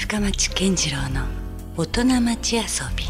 深町健次郎の大人町遊び。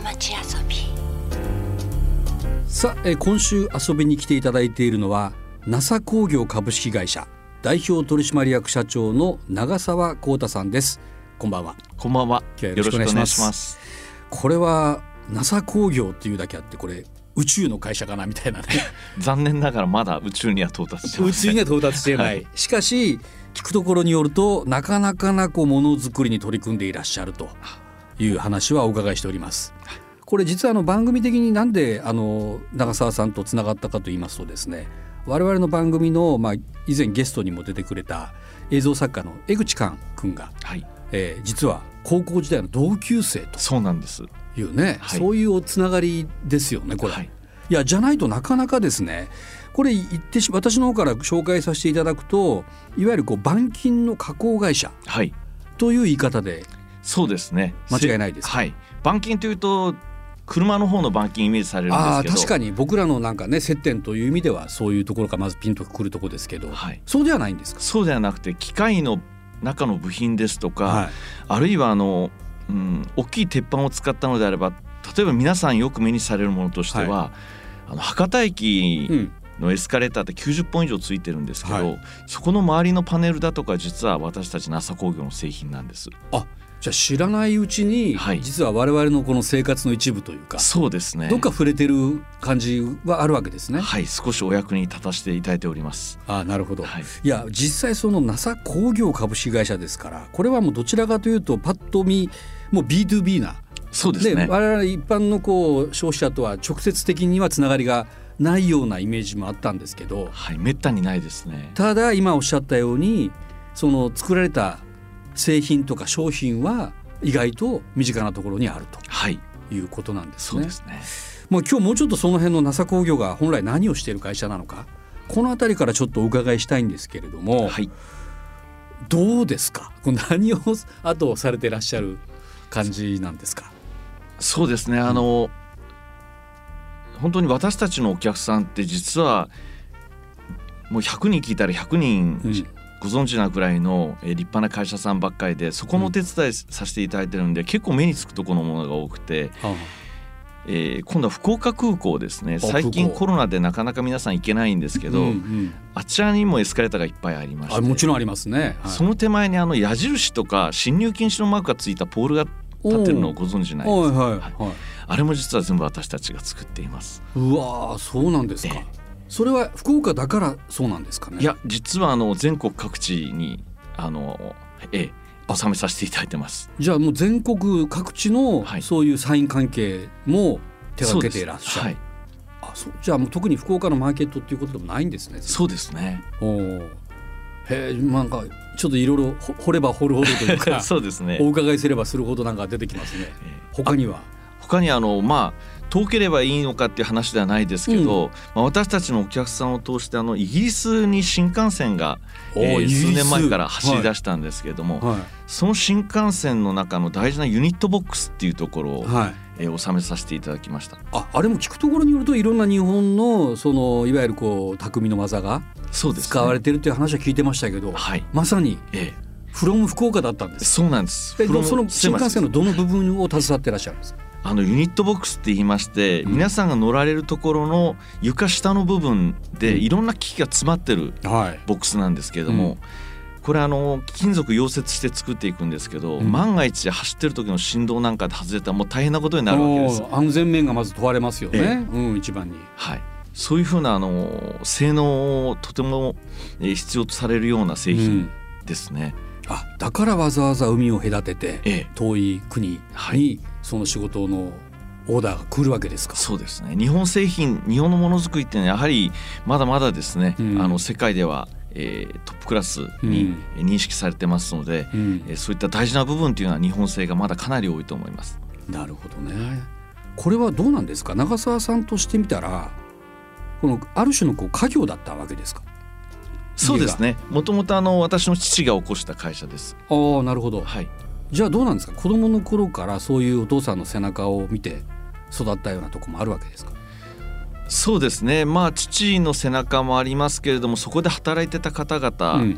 さあ、今週遊びに来ていただいているのは NASA 工業株式会社代表取締役社長の長澤浩太さんです。こんばんは。 こんばんは。よろしくお願いします。 これは NASA 工業っていうだけあって、これ宇宙の会社かなみたいなね残念ながらまだ宇宙には到達してません。 宇宙には到達していない、はい、しかし聞くところによるとなかなかものづくりに取り組んでいらっしゃるという話はお伺いしております。これ実は番組的になんで長澤さんとつながったかと言いますとですね、我々の番組の、以前ゲストにも出てくれた映像作家の江口寛君が、はい実は高校時代の同級生とそうなんですいうね、はい、そういうおつながりですよねこれ、はい、いやじゃないとなかなかですね、これ私の方から紹介させていただくと、いわゆる板金の加工会社という言い方で、 そうですね、 間違いないですか。 はい、板金というと車の方の板金イメージされるんですけど、 確かに僕らの接点という意味ではそういうところがまずピンとくるところですけど、はい、そうではないんですか。 そうではなくて、機械の中の部品ですとか、はい、あるいは大きい鉄板を使ったのであれば、例えば皆さんよく目にされるものとしては、はい、博多駅のエスカレーターって90本以上ついてるんですけど、はい、そこの周りのパネルだとか実は私たち NASA 工業の製品なんです。 あ、じゃあ知らないうちに、はい、実は我々のこの生活の一部というか、 そうですね、 どっか触れてる感じはあるわけですね。 はい、少しお役に立たせていただいております。 なるほど、はい、いや実際その NASA 工業株式会社ですから、これはもうどちらかというとパッと見もう B2B な、 そうですね、 我々一般の消費者とは直接的にはつながりがないようなイメージもあったんですけど、 はい、めったにないですね。 ただ今おっしゃったように、その作られた製品とか商品は意外と身近なところにあると、はい、いうことなんですね。 そうですね。 今日もうちょっとその辺の NASA 工業が本来何をしている会社なのか、このあたりからちょっとお伺いしたいんですけれども、はい、どうですか、何を後をされていらっしゃる感じなんですか。 そうですね、本当に私たちのお客さんって実はもう100人聞いたら100人、ご存知なぐらいの立派な会社さんばっかりで、そこのお手伝いさせていただいてるんで、結構目につくところのものが多くて、今度は福岡空港ですね。最近コロナでなかなか皆さん行けないんですけど、あちらにもエスカレーターがいっぱいありまして、 もちろんありますね、はい、 その手前に矢印とか進入禁止のマークがついたポールが立ってるのをご存知ないですか。はいはいはい、あれも実は全部私たちが作っています。 うわ、そうなんですか。それは福岡だからそうなんですかね。 いや実は全国各地に収めさせていただいてます。 じゃあもう全国各地のそういうサイン関係も手掛けていらっしゃる。じゃあもう特に福岡のマーケットっていうことでもないんですね。 そうですね。 なんかちょっといろいろ掘れば掘るほどというかそうですね、 お伺いすればするほどなんか出てきますね。他に遠ければいいのかっていう話ではないですけど、私たちのお客さんを通してイギリスに新幹線が、数年前から走り出したんですけれども、その新幹線の中の大事なユニットボックスっていうところを、収めさせていただきました。 あれも聞くところによると、いろんな日本のいわゆる匠の技が使われているという話は聞いてましたけど、はい、まさに、フロム福岡だったんです。 そうなんです。 その新幹線のどの部分を携わっていらっしゃるんですか。 ユニットボックスって言いまして、皆さんが乗られるところの床下の部分でいろんな機器が詰まってるボックスなんですけれども、これ金属溶接して作っていくんですけど、万が一走ってる時の振動なんかで外れたらもう大変なことになるわけです。 安全面がまず問われますよね、一番に。 はい、そういうふうな性能をとても必要とされるような製品ですね。 だからわざわざ海を隔てて、遠い国にその仕事のオーダーが来るわけですか。 そうですね。日本製品、日本のものづくりっていうのはやはりまだまだですね、世界では、トップクラスに認識されてますので、そういった大事な部分というのは日本製がまだかなり多いと思います。 なるほどね。これはどうなんですか、長澤さんとしてみたら、ある種の家業だったわけですか。 そうですね。もともと私の父が起こした会社です。 なるほど、はい、じゃあどうなんですか、子供の頃からそういうお父さんの背中を見て育ったようなところもあるわけですか。 そうですね、父の背中もありますけれども、そこで働いてた方々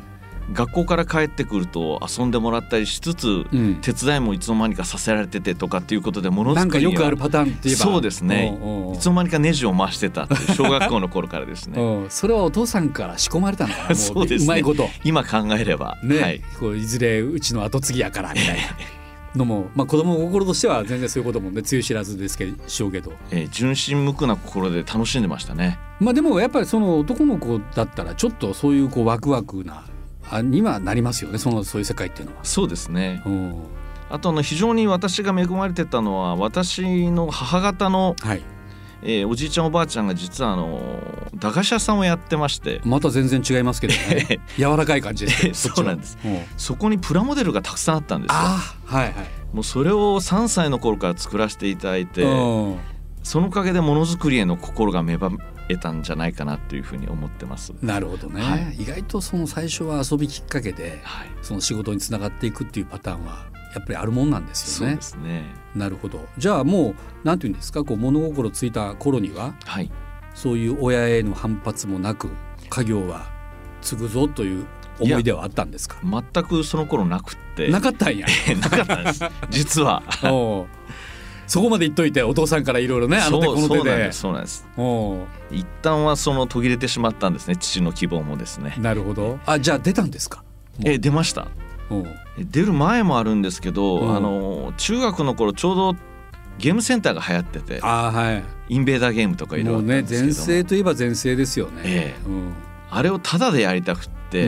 学校から帰ってくると遊んでもらったりしつつ、手伝いもいつの間にかさせられててとかっていうことでものづくりなんかよくあるパターンって言えばそうですね、いつの間にかネジを回してたっていう小学校の頃からですねそれはお父さんから仕込まれたのかなもうそうですね、 うまいこと今考えれば、 ね、 はい、 こういずれうちの後継ぎやからみたいなのも、子供心としては全然そういうこともね強い知らずですけしょうけど、 純真無垢な心で楽しんでましたね。 でもやっぱりその男の子だったらちょっとそういうこうワクワクなにはなりますよね、そういう世界っていうのは。 そうですね、あと非常に私が恵まれてたのは私の母方の、おじいちゃんおばあちゃんが実は駄菓子屋さんをやってまして、 また全然違いますけどね柔らかい感じですそうなんです、そこにプラモデルがたくさんあったんですよ。もうそれを3歳の頃から作らせていただいて、そのおかげでものづくりへの心が芽生えたんじゃないかなというふうに思ってます。 なるほどね、意外とその最初は遊びきっかけで、その仕事につながっていくっていうパターンはやっぱりあるもんなんですよね。 そうですね。 なるほど。じゃあもうなんていうんですか、こう物心ついた頃には、そういう親への反発もなく家業は継ぐぞという思い出はあったんですか？ 全くその頃なくってなかったんやなかったんです実はそこまで言っといてお父さんからいろいろねあの手この手でそうなんです一旦は途切れてしまったんですね、父の希望もですね。 なるほど。じゃあ出たんですか？ 出ました。出る前もあるんですけど、中学の頃ちょうどゲームセンターが流行ってて、インベーダーゲームとかいろいろあったんですけども、 前世といえば前世ですよね、 あれをタダでやりたくって、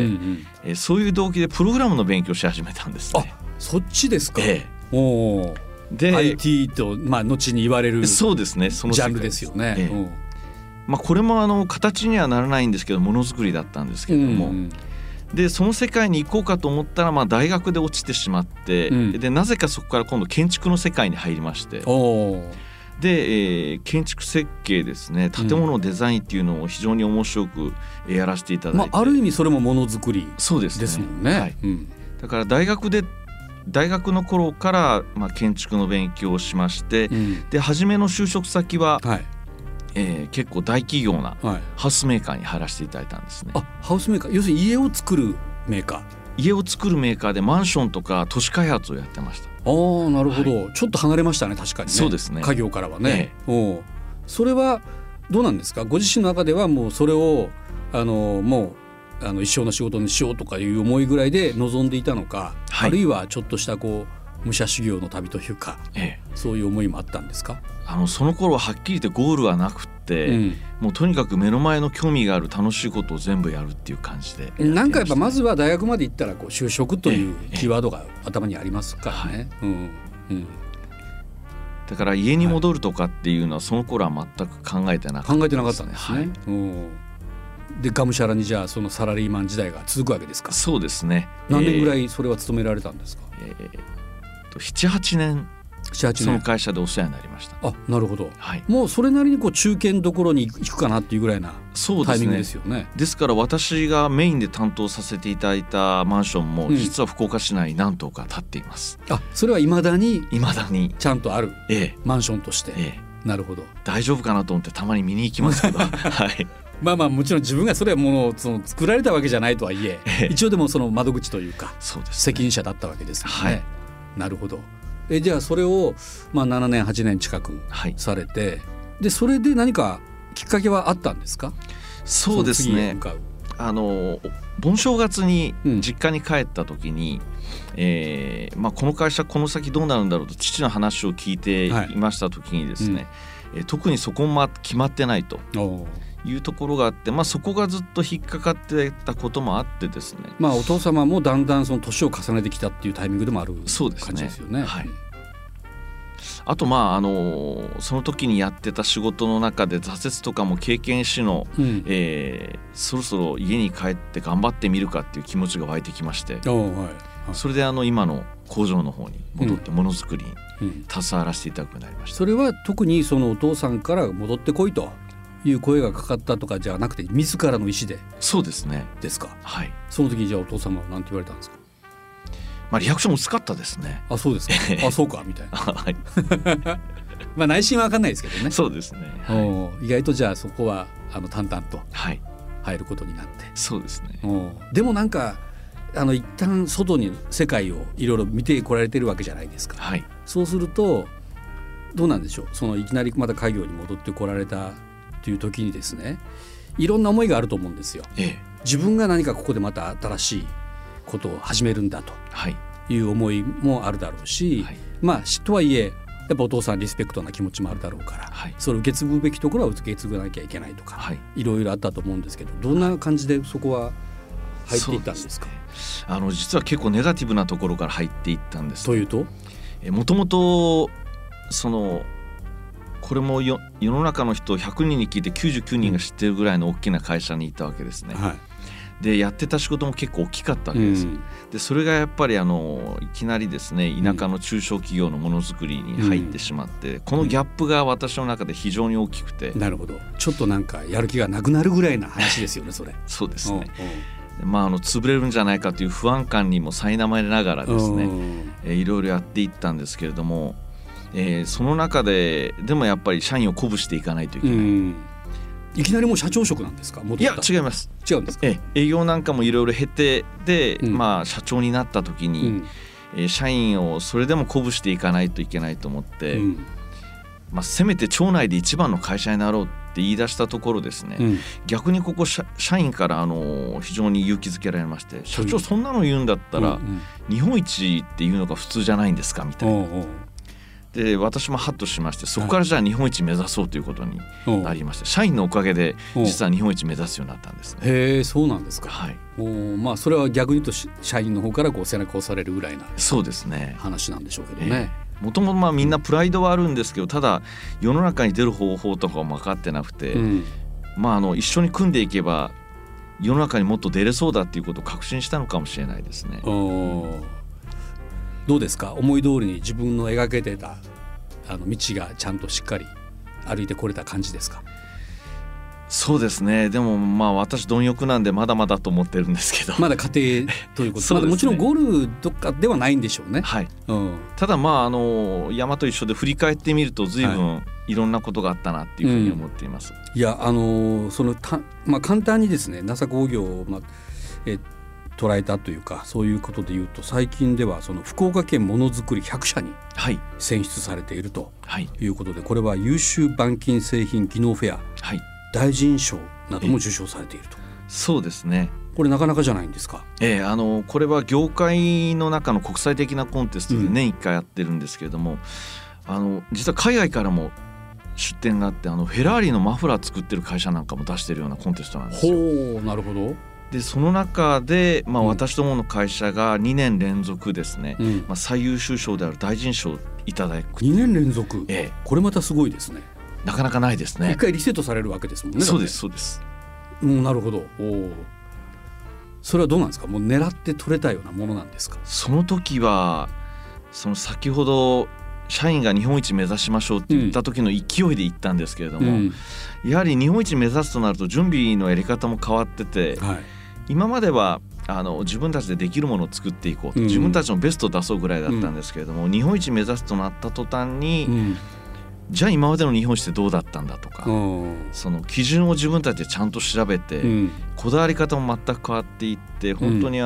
そういう動機でプログラムの勉強し始めたんですね。 そっちですか？ で IT と、後に言われるそうですね、そのジャンルですよね。 これも形にはならないんですけどものづくりだったんですけども、でその世界に行こうかと思ったら、大学で落ちてしまって、でなぜかそこから今度建築の世界に入りまして、で、建築設計ですね、建物のデザインっていうのを非常に面白くやらせていただいて、 ある意味それもものづくりですもんね。 だから大学の頃から、建築の勉強をしまして、で初めの就職先は、結構大企業なハウスメーカーに入らせていただいたんですね。 ハウスメーカー、要するに家を作るメーカー。 家を作るメーカーでマンションとか都市開発をやってました。 なるほど、ちょっと離れましたね、確かにね。 そうですね、 家業からはね。それはどうなんですか？ご自身の中ではもうそれをもう一生の仕事にしようとかいう思いぐらいで望んでいたのか、あるいはちょっとした武者修行の旅というか、そういう思いもあったんですか？ その頃ははっきり言ってゴールはなくって、もうとにかく目の前の興味がある楽しいことを全部やるっていう感じでなんかやっぱまずは大学まで行ったら就職というキーワードが頭にありますからね。 だから家に戻るとかっていうのはその頃は全く考えてなかったんですね。 でがむしゃらにじゃあそのサラリーマン時代が続くわけですか？ そうですね。 何年ぐらいそれは勤められたんですか ？7、8年その会社でお世話になりました。 なるほど、もうそれなりに中堅どころに行くかなっていうぐらいなタイミングですよね。 ですから私がメインで担当させていただいたマンションも実は福岡市内に何棟か建っています。 それはいまだにちゃんとあるマンションとして、なるほど。 大丈夫かなと思ってたまに見に行きますけどもちろん自分がそれはものを作られたわけじゃないとはいえ、一応でもその窓口というか責任者だったわけですよね。なるほど。じゃあそれを7年8年近くされて、でそれで何かきっかけはあったんですか？ そうですね、盆正月に実家に帰った時に、この会社この先どうなるんだろうと父の話を聞いていました時にですね、特にそこも決まってないというところがあって、そこがずっと引っかかってたこともあってですね、 お父様もだんだんその年を重ねてきたっていうタイミングでもある感じですよね。 あとその時にやってた仕事の中で挫折とかも経験しの、そろそろ家に帰って頑張ってみるかっていう気持ちが湧いてきまして、それで今の工場の方に戻ってものづくりに携わらせていただくようになりました。 それは特にそのお父さんから戻ってこいという声がかかったとかじゃなくて自らの意思で？ そうですね。 ですか。その時じゃあお父様は何て言われたんですか？ リアクション薄かったですね。 そうですか。そうかみたいな内心は分かんないですけどね。 そうですね、 意外とじゃあそこは淡々と入ることになって、 そうですね。 でもなんか一旦外に世界をいろいろ見てこられてるわけじゃないですか、 はい、 そうするとどうなんでしょう、そのいきなりまた家業に戻ってこられたという時にですね、いろんな思いがあると思うんですよ、自分が何かここでまた新しいことを始めるんだという思いもあるだろうし、まあとはいえやっぱお父さんリスペクトな気持ちもあるだろうから、それを受け継ぐべきところは受け継がなきゃいけないとか、いろいろあったと思うんですけど、どんな感じでそこは入っていったんですか？ 実は結構ネガティブなところから入っていったんです。 というと、 もともとこれも世の中の人100人に聞いて99人が知ってるぐらいの大きな会社にいたわけですね、でやってた仕事も結構大きかったわけです、でそれがやっぱりいきなりですね、田舎の中小企業のものづくりに入ってしまって、このギャップが私の中で非常に大きくて、 なるほど、ちょっとなんかやる気がなくなるぐらいな話ですよねそれそうですね、潰れるんじゃないかという不安感にも苛まれながらですね、いろいろやっていったんですけれども、その中ででもやっぱり社員を鼓舞していかないといけない、 いきなりもう社長職なんですか？ いや違います。 違うんですか？ 営業なんかもいろいろ経てで、社長になった時に、社員をそれでも鼓舞していかないといけないと思って、せめて町内で一番の会社になろうって言い出したところですね、逆にここ社員から非常に勇気づけられまして、社長そんなの言うんだったら、日本一っていうのが普通じゃないんですかみたいな。で私もハッとしまして、そこからじゃあ日本一目指そうということになりまして、社員のおかげで実は日本一目指すようになったんですね。 へえ、そうなんですか。それは逆に言うと社員の方から背中を押されるぐらいなそうですね話なんでしょうけどね。 もともとみんなプライドはあるんですけど、ただ世の中に出る方法とかも分かってなくて、一緒に組んでいけば世の中にもっと出れそうだっていうことを確信したのかもしれないですね。 どうですか、思い通りに自分の描けてた道がちゃんとしっかり歩いてこれた感じですか？ そうですね。でも私貪欲なんでまだまだと思ってるんですけど、 まだ家庭ということで、もちろんゴールとかではないんでしょうね。 ただ山と一緒で振り返ってみると随分いろんなことがあったなっていうふうに思っています。 いや簡単にですね、NASA工業を捉えたというか、そういうことでいうと、最近ではその福岡県ものづくり100社に選出されているということで、これは優秀板金製品技能フェア、大臣賞なども受賞されていると。 そうですね。 これなかなかじゃないんですか？ これは業界の中の国際的なコンテストで年1回やってるんですけれども、実は海外からも出展があって、フェラーリのマフラー作ってる会社なんかも出してるようなコンテストなんですよ。 なるほど。 でその中で、私どもの会社が2年連続ですね、最優秀賞である大臣賞をいただく。 2年連続、これまたすごいですね。 なかなかないですね。 一回リセットされるわけですもんね。 そうですそうです。 なるほど。それはどうなんですか？もう狙って取れたようなものなんですか？ その時は先ほど社員が日本一目指しましょうって言った時の勢いで言ったんですけれども、やはり日本一目指すとなると準備のやり方も変わってて、今までは自分たちでできるものを作っていこうと、自分たちのベストを出そうぐらいだったんですけれども、日本一目指すとなった途端に、じゃあ今までの日本一ってどうだったんだとか、その基準を自分たちでちゃんと調べて、こだわり方も全く変わっていって、本当に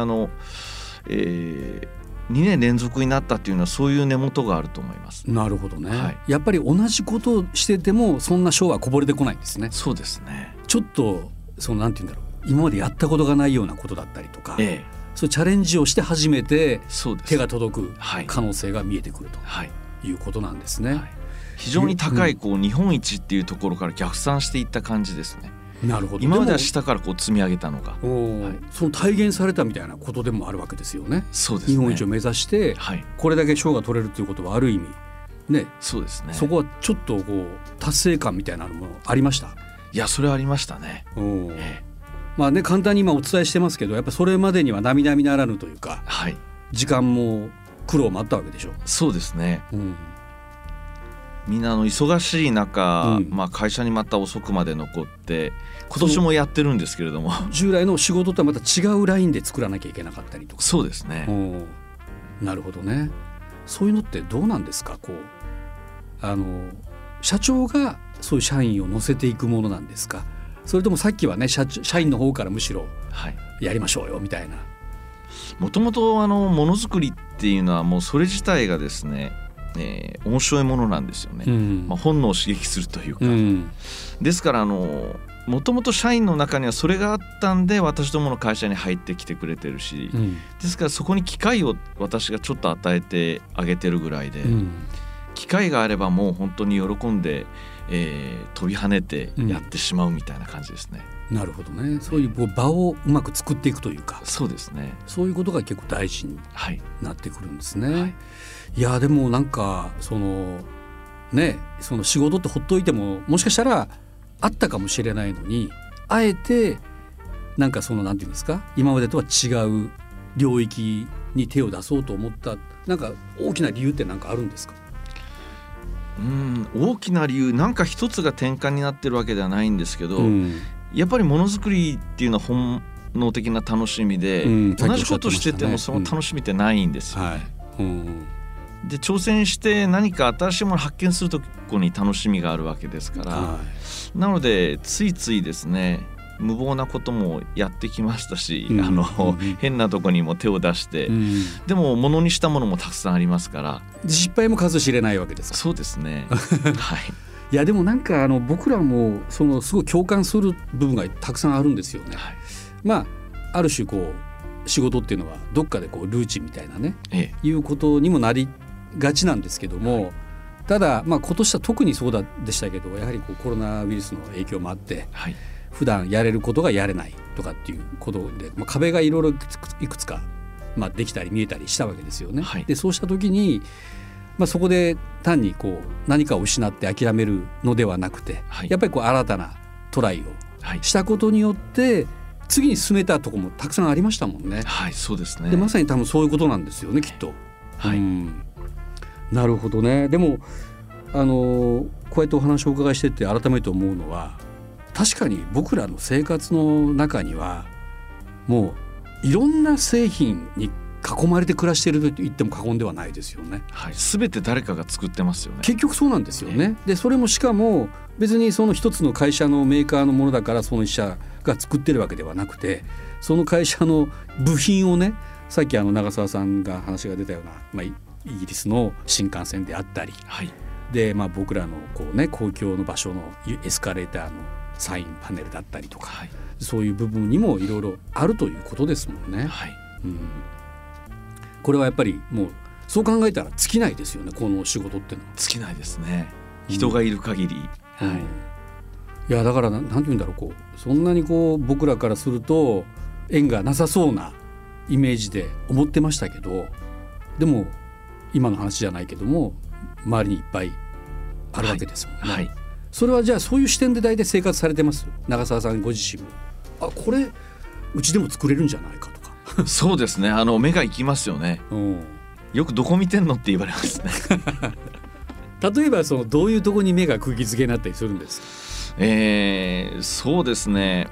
2年連続になったっていうのはそういう根元があると思います。 なるほどね、やっぱり同じことをしててもそんな賞はこぼれてこないんですね。 そうですね。 ちょっとなんていうんだろう、今までやったことがないようなことだったりとか、そういうチャレンジをして初めて手が届く可能性が見えてくるということなんですね。 非常に高い日本一っていうところから逆算していった感じですね。 なるほど。 今までは下から積み上げたのが、 その体現されたみたいなことでもあるわけですよね。 そうですね。 日本一を目指して、これだけ賞が取れるということはある意味ね、 そうですね。 そこはちょっと達成感みたいなのもありました？ いや、それはありましたね。 簡単に今お伝えしてますけど、やっぱそれまでには並々ならぬというか、時間も苦労もあったわけでしょう。 そうですね、みんな忙しい中、会社にまた遅くまで残って今年もやってるんですけれども、 従来の仕事とはまた違うラインで作らなきゃいけなかったりとか。 そうですね。 なるほどね。そういうのってどうなんですか？社長がそういう社員を乗せていくものなんですか？それともさっきはね、社員の方からむしろやりましょうよみたいなもともとものづくりっていうのはもうそれ自体がですね、面白いものなんですよね、本能を刺激するというか、ですからもともと社員の中にはそれがあったんで私どもの会社に入ってきてくれてるし、ですからそこに機会を私がちょっと与えてあげてるぐらいで、機会があればもう本当に喜んで、飛び跳ねてやってしまうみたいな感じですね。 なるほどね。そういう場をうまく作っていくというか、 そうですね、 そういうことが結構大事になってくるんですね、いやでもなんかその仕事ってほっといてももしかしたらあったかもしれないのに、あえてなんかなんていうんですか、今までとは違う領域に手を出そうと思ったなんか大きな理由って何かあるんですか？ 大きな理由なんか一つが転換になってるわけではないんですけど、やっぱりものづくりっていうのは本能的な楽しみで、同じことしててもその楽しみってないんですよね、で挑戦して何か新しいものを発見するとこに楽しみがあるわけですから、なのでついついですね無謀なこともやってきましたし、変なとこにも手を出して、でもものにしたものもたくさんありますから、 失敗も数知れないわけですか？ そうですねいやでもなんか僕らもすごい共感する部分がたくさんあるんですよね、ある種仕事っていうのはどっかでルーチンみたいなね、いうことにもなりがちなんですけども、ただ今年は特にそうでしたけど、やはりコロナウイルスの影響もあって、普段やれることがやれないとかっていうことで、壁がいろいろいくつか、できたり見えたりしたわけですよね、でそうした時に、そこで単に何かを失って諦めるのではなくて、やっぱり新たなトライをしたことによって、次に進めたところもたくさんありましたもんね。 そうですね。 でまさに多分そういうことなんですよね、きっと。なるほどね。でもこうやってお話をお伺いしてって改めて思うのは、確かに僕らの生活の中にはもういろんな製品に囲まれて暮らしていると言っても過言ではないですよね。 全て誰かが作ってますよね。 結局そうなんですよね。でそれもしかも別にその一つの会社のメーカーのものだからその一社が作ってるわけではなくて、その会社の部品をね、さっき長澤さんが話が出たような、イギリスの新幹線であったり、で僕らの公共の場所のエスカレーターのサインパネルだったりとか、そういう部分にもいろいろあるということですもんね。これはやっぱりもうそう考えたら尽きないですよね、この仕事ってのは。 尽きないですね、人がいる限り。 いやだからなんて言うんだろう、そんなに僕らからすると縁がなさそうなイメージで思ってましたけど、でも今の話じゃないけども周りにいっぱいあるわけですもんね。それはじゃあそういう視点で大体生活されてます？長澤さんご自身もこれうちでも作れるんじゃないかとか。 そうですね、目が行きますよね。よくどこ見てんのって言われますね。 例えばどういうところに目が釘付けになったりするんですか？ そうですね、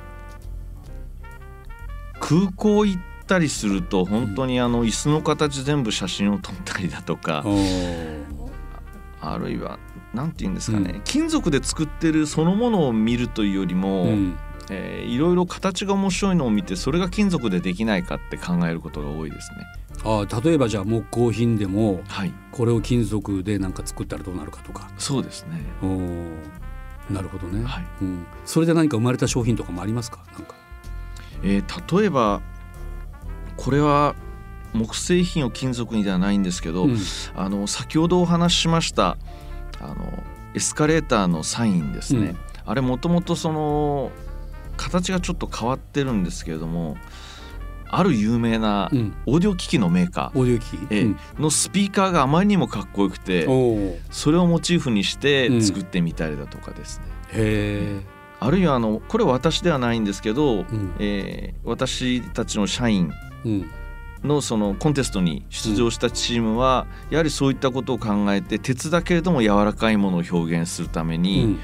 空港行ったりすると本当に椅子の形全部写真を撮ったりだとか、あるいはなんて言うんですかね、金属で作ってるそのものを見るというよりも、いろいろ形が面白いのを見てそれが金属でできないかって考えることが多いですね。 例えばじゃあ木工品でも、これを金属でなんか作ったらどうなるかとか。 そうですね。 なるほどね、それで何か生まれた商品とかもありますか？ 例えばこれは木製品を金属にではないんですけど、先ほどお話ししましたエスカレーターのサインですね、あれもともと形がちょっと変わってるんですけれども、ある有名なオーディオ機器のメーカーのスピーカーがあまりにもかっこよくて、それをモチーフにして作ってみたりだとかですね、あるいはこれは私ではないんですけど、私たちの社員のそのコンテストに出場したチームはやはりそういったことを考えて、鉄だけれども柔らかいものを表現するために、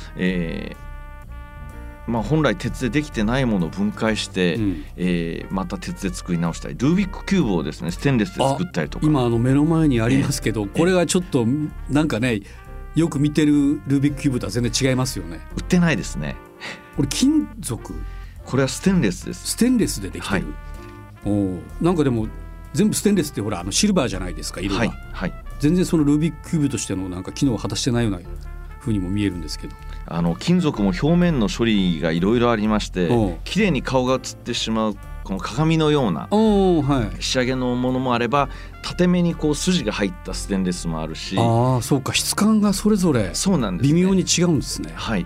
本来鉄でできてないものを分解して、また鉄で作り直したり、ルービックキューブをですねステンレスで作ったりとか。 今目の前にありますけど、これはちょっとなんかね、よく見てるルービックキューブとは全然違いますよね。 売ってないですね。 これ金属？ これはステンレスです。 ステンレスでできてる、 なんかでも全部ステンレスってほらシルバーじゃないですか色が、 はいはい、 全然そのルービックキューブとしてのなんか機能を果たしてないような風にも見えるんですけど、 金属も表面の処理がいろいろありまして綺麗に顔が映ってしまうこの鏡のような仕上げのものもあれば、縦目にこう筋が入ったステンレスもあるし、 そうか、質感がそれぞれ微妙に違うんですね。 はい、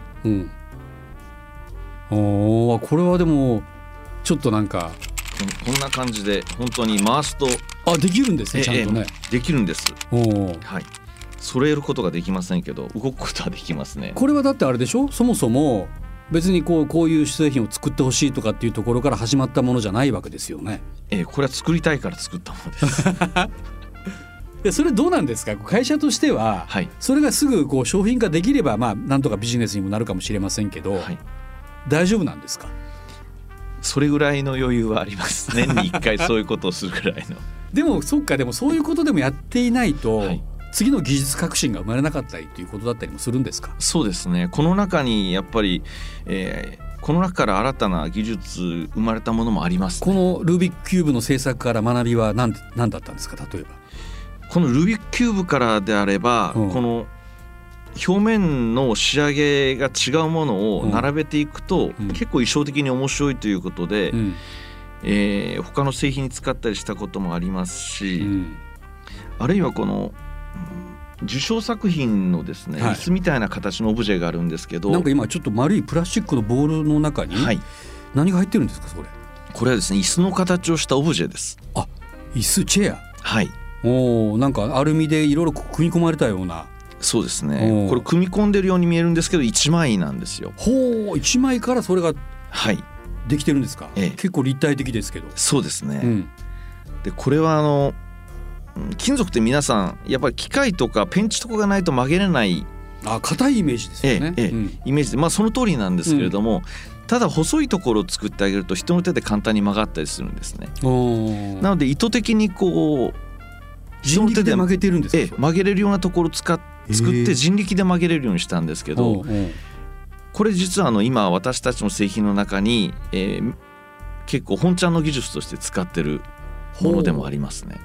これはでもちょっとなんかこんな感じで本当に回すとできるんですね、ちゃんとね。 できるんです。はい、揃えることができませんけど動くことはできますね。 これはだってあれでしょ、そもそも別にこういう製品を作ってほしいとかっていうところから始まったものじゃないわけですよね。 これは作りたいから作ったものですそれどうなんですか、会社としては、はい、それがすぐこう商品化できればなんとかビジネスにもなるかもしれませんけど、はい、大丈夫なんですか？ それぐらいの余裕はあります。年に1回そういうことをするぐらいのでもそっか、でもそういうことでもやっていないと、はい、次の技術革新が生まれなかったりということだったりもするんですか？ そうですね、この中にやっぱり、この中から新たな技術生まれたものもあります、ね。 このルービックキューブの製作から学びは何だったんですか？例えばこのルービックキューブからであれば、この表面の仕上げが違うものを並べていくと、結構意匠的に面白いということで、他の製品に使ったりしたこともありますし、あるいはこの受賞作品のですね、椅子みたいな形のオブジェがあるんですけど、 なんか今ちょっと丸いプラスチックのボールの中に何が入ってるんですか？ これはですね、椅子の形をしたオブジェです。 椅子、チェア。 はい。 なんかアルミでいろいろ組み込まれたような。 そうですね、これ組み込んでるように見えるんですけど1枚なんですよ。 1枚からそれができてるんですか？結構立体的ですけど。 そうですね、でこれは金属って皆さんやっぱり機械とかペンチとかがないと曲げれない硬いイメージですよね。 イメージで、その通りなんですけれども、ただ細いところを作ってあげると人の手で簡単に曲がったりするんですね。なので意図的にこう人力で曲げてるんですか？ 曲げれるようなところを作って人力で曲げれるようにしたんですけど、これ実は今私たちの製品の中に、結構本ちゃんの技術として使ってるものでもありますね。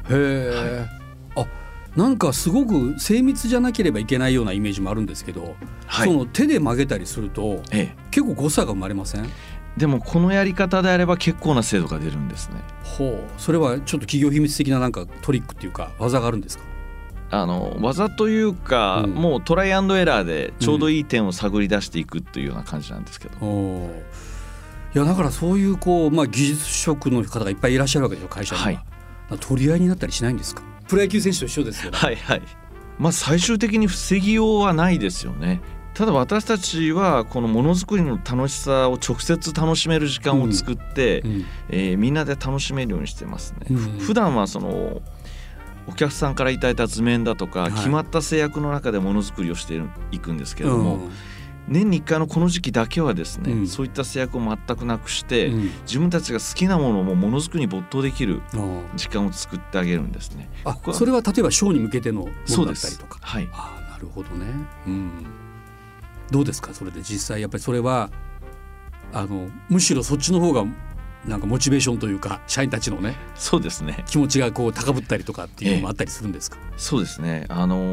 なんかすごく精密じゃなければいけないようなイメージもあるんですけど、その手で曲げたりすると、結構誤差が生まれません？ でもこのやり方であれば結構な精度が出るんですね。 それはちょっと企業秘密的ななんかトリックっていうか技があるんですか？ 技というか、もうトライアンドエラーでちょうどいい点を探り出していくというような感じなんですけど、 いやだからそういう技術職の方がいっぱいいらっしゃるわけでしょ、会社には。取り合いになったりしないんですか？プロ野球選手と一緒ですよね。 はいはい、最終的に防ぎようはないですよね。ただ私たちはこのものづくりの楽しさを直接楽しめる時間を作って、みんなで楽しめるようにしてますね。普段はそのお客さんからいただいた図面だとか、決まった制約の中でものづくりをしていくんですけれども、年に1回のこの時期だけはですね、そういった制約を全くなくして、自分たちが好きなものもものづくりに没頭できる時間を作ってあげるんですね。 それは例えばショーに向けてのものだったりとか。 はい、 なるほどね。どうですか、それで実際やっぱりそれはむしろそっちの方がなんかモチベーションというか、社員たちのね、 そうですね、 気持ちがこう高ぶったりとかっていうのもあったりするんですか？ そうですね、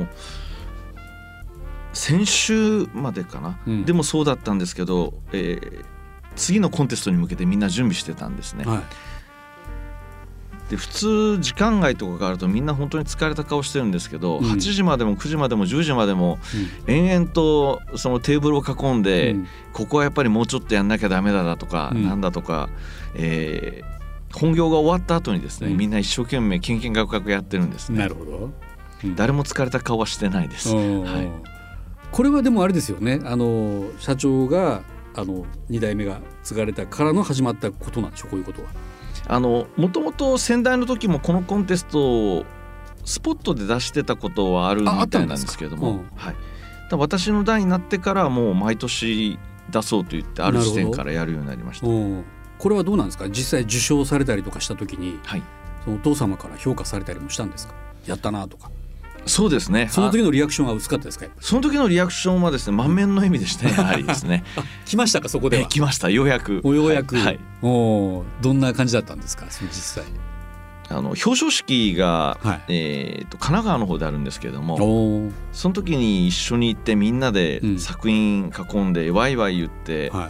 先週までかな、でもそうだったんですけど、次のコンテストに向けてみんな準備してたんですね。で普通時間外とかがあるとみんな本当に疲れた顔してるんですけど、8時までも9時までも10時までも延々とそのテーブルを囲んで、ここはやっぱりもうちょっとやんなきゃダメだとか、なんだとか、本業が終わった後にですね、みんな一生懸命けんけんがくがくやってるんですね。 なるほど、 誰も疲れた顔はしてないです。 これはでもあれですよね、社長が2代目が継がれたからの始まったことなんでしょう、こういうことは。 もともと先代の時もこのコンテストをスポットで出してたことはあるみたいなんですけれども、私の代になってからもう毎年出そうと言ってある時点からやるようになりました。 これはどうなんですか、実際受賞されたりとかした時に、そのお父様から評価されたりもしたんですか？やったなとか。 そうですね。 その時のリアクションは薄かったですか？ その時のリアクションはですね、満面の笑みでしたね、やはりですね。 来ましたか、そこでは。 来ました、ようやく。 ようやく、 はい、 どんな感じだったんですか、その実際。 表彰式が、 はい、 神奈川の方であるんですけれども、その時に一緒に行ってみんなで作品囲んでワイワイ言って、はい、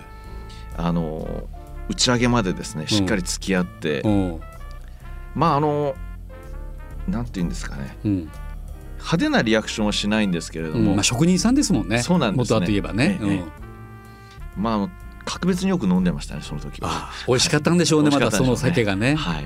打ち上げまでですねしっかり付き合って、まあなんていうんですかね、派手なリアクションはしないんですけれども、 まあ、職人さんですもんね。 そうなんですね。 元はといえばね、 まあ格別によく飲んでましたね、その時は。 美味しかったんでしょうね、またその酒がね。 はい、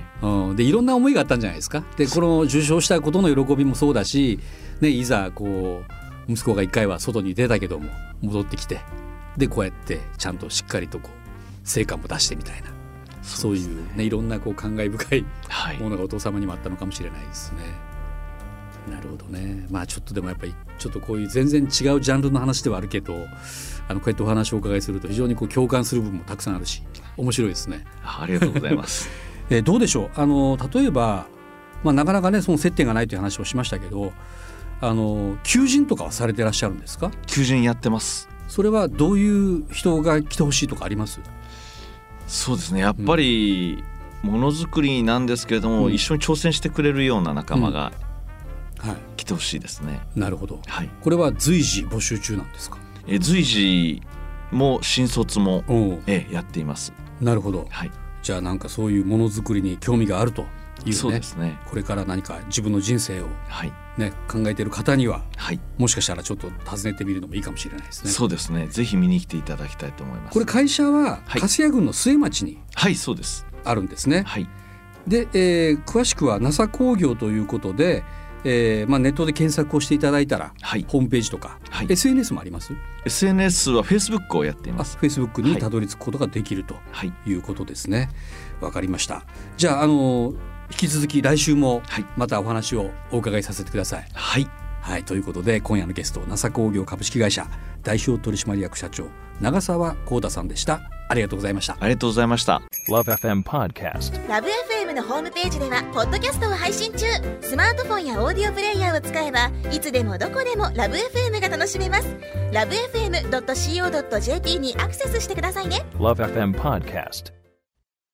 でいろんな思いがあったんじゃないですか。でこの受賞したことの喜びもそうだし、ね、いざこう息子が一回は外に出たけども戻ってきて、でこうやってちゃんとしっかりとこう成果も出してみたいな、そういう、ね、いろんなこう感慨深いものがお父様にもあったのかもしれないですね。なるほどね。まあちょっとでもやっぱりちょっとこういう全然違うジャンルの話ではあるけど、こうやってお話をお伺いすると非常にこう共感する部分もたくさんあるし面白いですね。 ありがとうございます。 どうでしょう、例えば、なかなかねその接点がないという話をしましたけど、求人とかはされてらっしゃるんですか？ 求人やってます。 それはどういう人が来てほしいとかあります？ そうですね、やっぱりものづくりなんですけれども、一緒に挑戦してくれるような仲間が、来てほしいですね。 なるほど、 はい、 これは随時募集中なんですか？ 随時も新卒も、やっています。 なるほど、 はい、 じゃあなんかそういうものづくりに興味があるというね、 そうですね、 これから何か自分の人生を、考えている方には、もしかしたらちょっと訪ねてみるのもいいかもしれないですね。 そうですね、ぜひ見に来ていただきたいと思います。 これ会社は粕谷郡の末町にそうですあるんですね。 はい、 で、詳しくは NASA 工業ということで、ネットで検索をしていただいたら、ホームページとか、SNS もあります？ SNS は Facebook をやっています。 Facebook にたどり着くことができるということですね。わかりました。じゃあ、引き続き来週もまたお話をお伺いさせてください。はい、ということで今夜のゲスト NASA 工業株式会社代表取締役社長長澤光太さんでした。ありがとうございました。 ありがとうございました。 LoveFM Podcast。LoveFM のホームページではポッドキャストを配信中。スマートフォンやオーディオプレイヤーを使えばいつでもどこでも LoveFM が楽しめます。 LoveFM.co.jp にアクセスしてくださいね。 LoveFM Podcast